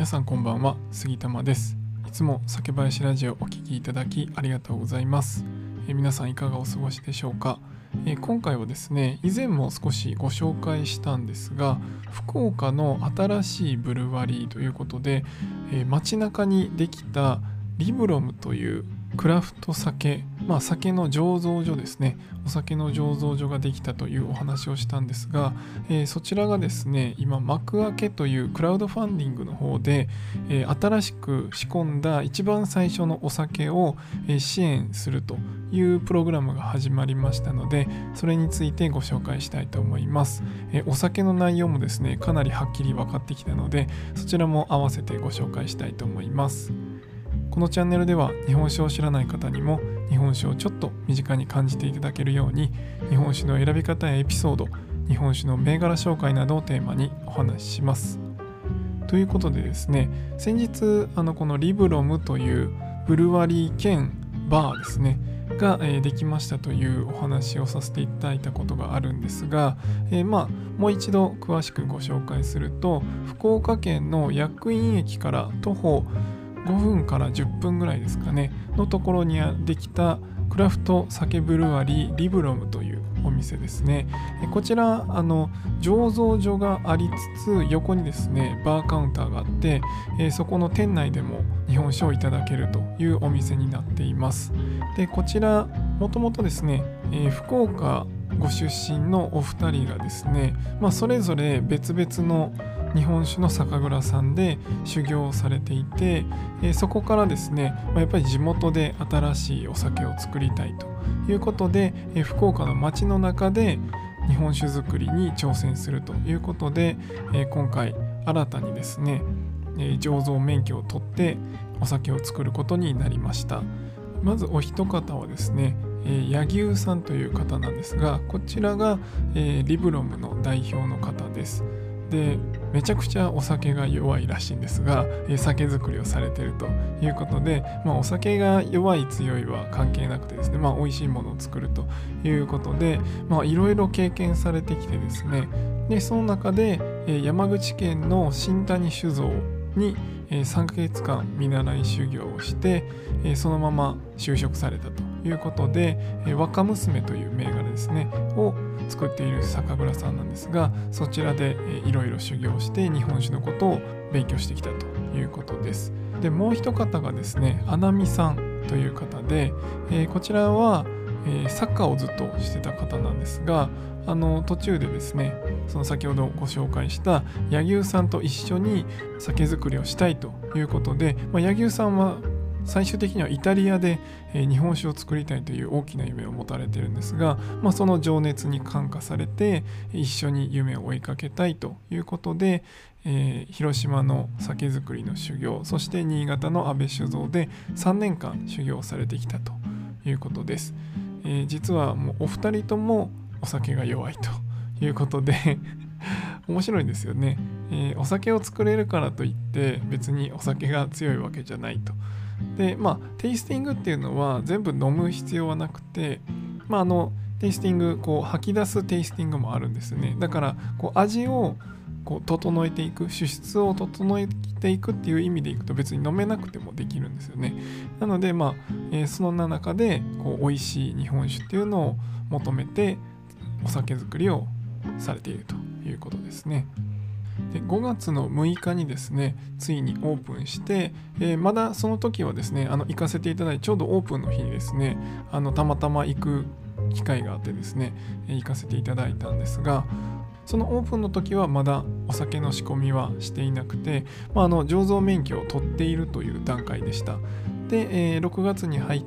さんこんばんは、杉玉です。いつも酒林ラジオお聞きいただきありがとうございます。皆さんいかがお過ごしでしょうか。今回はですね、以前も少しご紹介したんですが、福岡の新しいブルワリーということで、街中にできたリブロムというクラフト酒、酒の醸造所ですね。お酒の醸造所ができたというお話をしたんですが、そちらがですね、今幕開けというクラウドファンディングの方で、新しく仕込んだ一番最初のお酒を、支援するというプログラムが始まりましたので、それについてご紹介したいと思います。お酒の内容もですね、かなりはっきり分かってきたので、そちらも合わせてご紹介したいと思います。このチャンネルでは日本酒を知らない方にも日本酒をちょっと身近に感じていただけるように、日本酒の選び方やエピソード、日本酒の銘柄紹介などをテーマにお話しします。ということでですね、先日このリブロムというブルワリー兼バーですねが、できましたというお話をさせていただいたことがあるんですが、もう一度詳しくご紹介すると、福岡県の薬院駅から徒歩5分から10分ぐらいですかねのところにできたクラフト酒ブルワリーリブロムというお店ですね。こちら醸造所がありつつ、横にですねバーカウンターがあって、そこの店内でも日本酒をいただけるというお店になっています。でこちらもともとですね、福岡ご出身のお二人がですね、それぞれ別々の日本酒の酒蔵さんで修行されていて、そこからですね、やっぱり地元で新しいお酒を作りたいということで、福岡の街の中で日本酒作りに挑戦するということで、今回新たにですね、醸造免許を取ってお酒を作ることになりました。まずお一方はですね、柳生さんという方なんですが、こちらが、リブロムの代表の方です。でめちゃくちゃお酒が弱いらしいんですが、酒造りをされているということで、お酒が弱い強いは関係なくてですね、美味しいものを作るということで、いろいろ経験されてきてですね、でその中で、山口県の新谷酒造に3ヶ月間見習い修行をして、そのまま就職されたということで、若娘という銘柄ですねを作っている酒蔵さんなんですが、そちらでいろいろ修行して日本酒のことを勉強してきたということです。でもう一方がですね、穴見さんという方で、こちらはサッカーをずっとしてた方なんですが、途中でですね、その先ほどご紹介した柳生さんと一緒に酒造りをしたいということで、柳生さんは最終的にはイタリアで日本酒を作りたいという大きな夢を持たれているんですが、その情熱に感化されて一緒に夢を追いかけたいということで、広島の酒造りの修行、そして新潟の安倍酒造で3年間修行されてきたということです。実はもうお二人ともお酒が弱いということで面白いですよね。お酒を作れるからといって別にお酒が強いわけじゃないと。でテイスティングっていうのは全部飲む必要はなくて、テイスティング吐き出すテイスティングもあるんですね。だから味を整えていく、酒質を整えていくっていう意味でいくと別に飲めなくてもできるんですよね。なのでそんな中で美味しい日本酒っていうのを求めてお酒作りをされているということですね。で5月の6日にですね、ついにオープンして、まだその時はですね、行かせていただいて、ちょうどオープンの日にですね、たまたま行く機会があってですね、行かせていただいたんですが、そのオープンの時はまだお酒の仕込みはしていなくて、醸造免許を取っているという段階でした。で、6月に入って、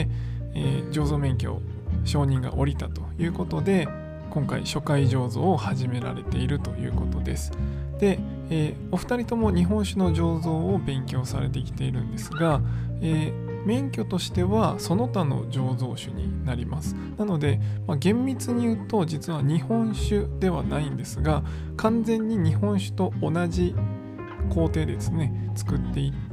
醸造免許承認が下りたということで、今回初回醸造を始められているということです。で、お二人とも日本酒の醸造を勉強されてきているんですが、免許としてはその他の醸造酒になります。なので、厳密に言うと実は日本酒ではないんですが、完全に日本酒と同じ工程でですね作っていっ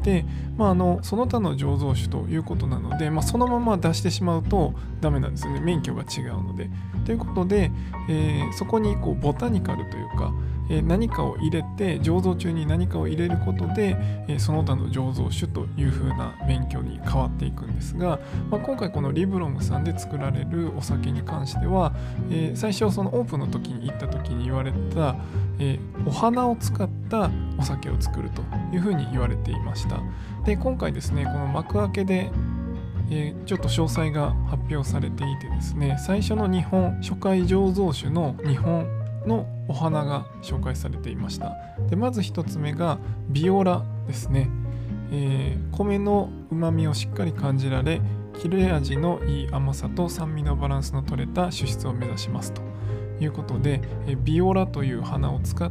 て、その他の醸造酒ということなので、そのまま出してしまうとダメなんですよね。免許が違うので。ということで、そこにボタニカルというか、何かを入れて醸造中に何かを入れることで、その他の醸造酒という風な免許に変わっていくんですが、今回このリブロムさんで作られるお酒に関しては、最初そのオープンの時に行った時に言われた、お花を使ったお酒を作るという風に言われていました。で今回ですねこの幕開けでちょっと詳細が発表されていてですね、最初の初回醸造酒の日本のお花が紹介されていました。でまず一つ目がビオラですね。米のうまみをしっかり感じられ、切れ味のいい甘さと酸味のバランスの取れた酒質を目指しますということで、ビオラという花を使って、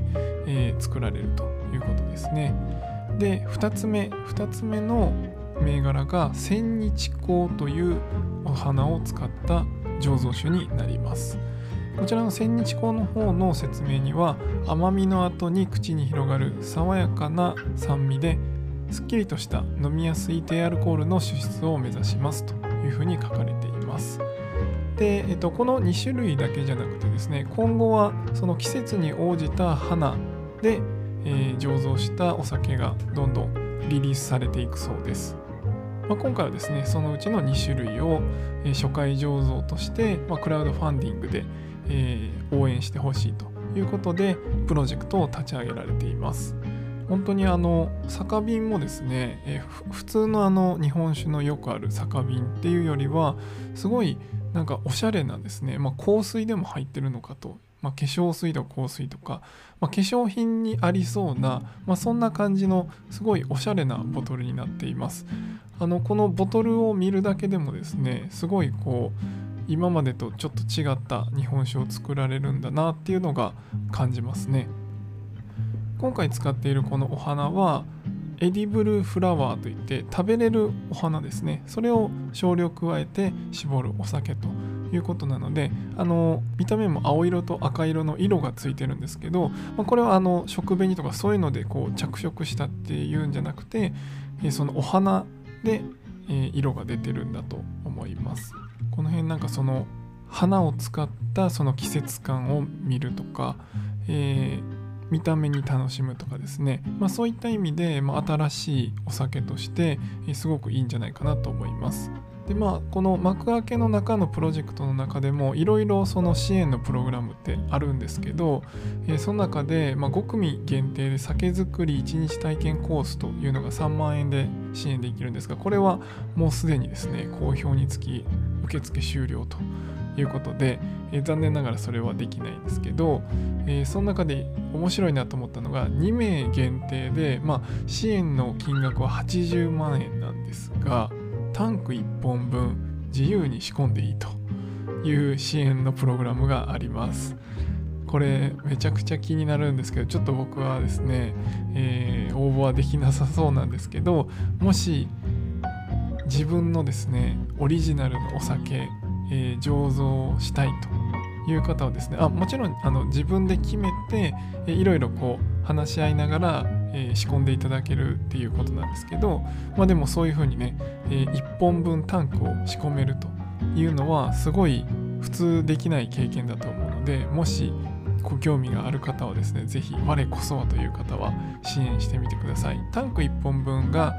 作られるということですね。で2つ目の銘柄が千日紅というお花を使った醸造酒になります。こちらの千日紅の方の説明には、甘みの後に口に広がる爽やかな酸味ですっきりとした飲みやすい低アルコールの酒質を目指しますというふうに書かれています。で、この2種類だけじゃなくてですね、今後はその季節に応じた花で、醸造したお酒がどんどんリリースされていくそうです。今回はですねそのうちの2種類を、初回醸造として、クラウドファンディングで応援してほしいということでプロジェクトを立ち上げられています。本当に酒瓶もですね、普通の日本酒のよくある酒瓶っていうよりはすごいなんかおしゃれなんですね。香水でも入ってるのかと、化粧水とか香水とか、化粧品にありそうな、そんな感じのすごいおしゃれなボトルになっています。このボトルを見るだけでもですね、すごい今までとちょっと違った日本酒を作られるんだなっていうのが感じますね。今回使っているこのお花はエディブルフラワーといって食べれるお花ですね。それを少量加えて絞るお酒ということなので、見た目も青色と赤色の色がついてるんですけど、これは食紅とかそういうので着色したっていうんじゃなくて、そのお花で色が出てるんだと思います。この辺なんかその花を使ったその季節感を見るとか、見た目に楽しむとかですね、そういった意味で、新しいお酒として、すごくいいんじゃないかなと思います。でこの幕開けの中のプロジェクトの中でもいろいろその支援のプログラムってあるんですけど、その中で、5組限定で酒造り1日体験コースというのが3万円で支援できるんですが、これはもうすでにですね好評につき受付終了ということで、残念ながらそれはできないんですけど、その中で面白いなと思ったのが2名限定で、支援の金額は80万円なんですが、タンク1本分自由に仕込んでいいという支援のプログラムがあります。これめちゃくちゃ気になるんですけど、ちょっと僕はですね、応募はできなさそうなんですけど、もし自分のですねオリジナルのお酒、醸造したいという方はですね、もちろん自分で決めていろいろ話し合いながら、仕込んでいただけるっていうことなんですけど、でもそういう風にね、1本分タンクを仕込めるというのはすごい普通できない経験だと思うので、もしご興味がある方はですね、ぜひ我こそはという方は支援してみてください。タンク1本分が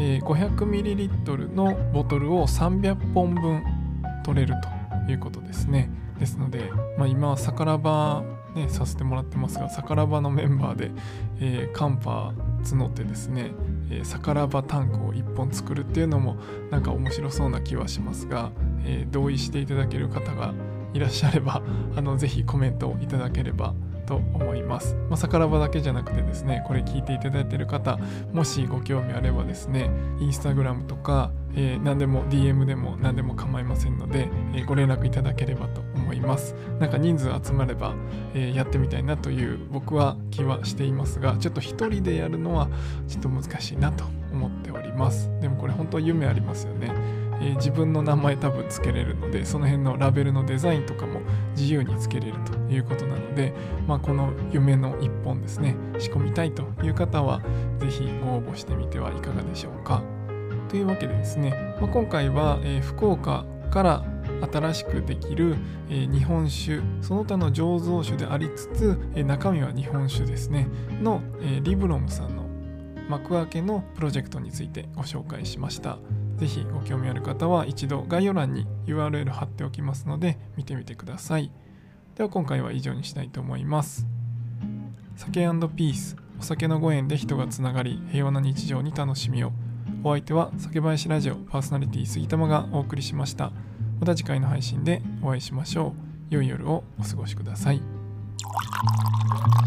500ml のボトルを300本分取れるということですね。ですので、今はサカラバねさせてもらってますが、サカラバのメンバーで、カンパ募ってですね、サカラバタンクを1本作るっていうのもなんか面白そうな気はしますが、同意していただける方がいらっしゃればぜひコメントをいただければと思います。サカラバだけじゃなくてですね、これ聞いていただいている方、もしご興味あればですね、インスタグラムとか、何でも DM でも何でも構いませんので、ご連絡いただければと思います。なんか人数集まれば、やってみたいなという僕は気はしていますが、ちょっと一人でやるのはちょっと難しいなと思っております。でもこれ本当夢ありますよね。 自分の名前多分つけれるので、その辺のラベルのデザインとかも自由につけれるということなので、この夢の一本ですね、仕込みたいという方はぜひご応募してみてはいかがでしょうか。というわけでですね、今回は、福岡から新しくできる、日本酒、その他の醸造酒でありつつ、中身は日本酒ですねの、リブロムさんの幕開けのプロジェクトについてご紹介しました。ぜひご興味ある方は一度概要欄に URL 貼っておきますので見てみてください。では今回は以上にしたいと思います。酒&ピース、お酒のご縁で人がつながり平和な日常に楽しみを。お相手は酒林ラジオパーソナリティ杉玉がお送りしました。また次回の配信でお会いしましょう。良い夜をお過ごしください。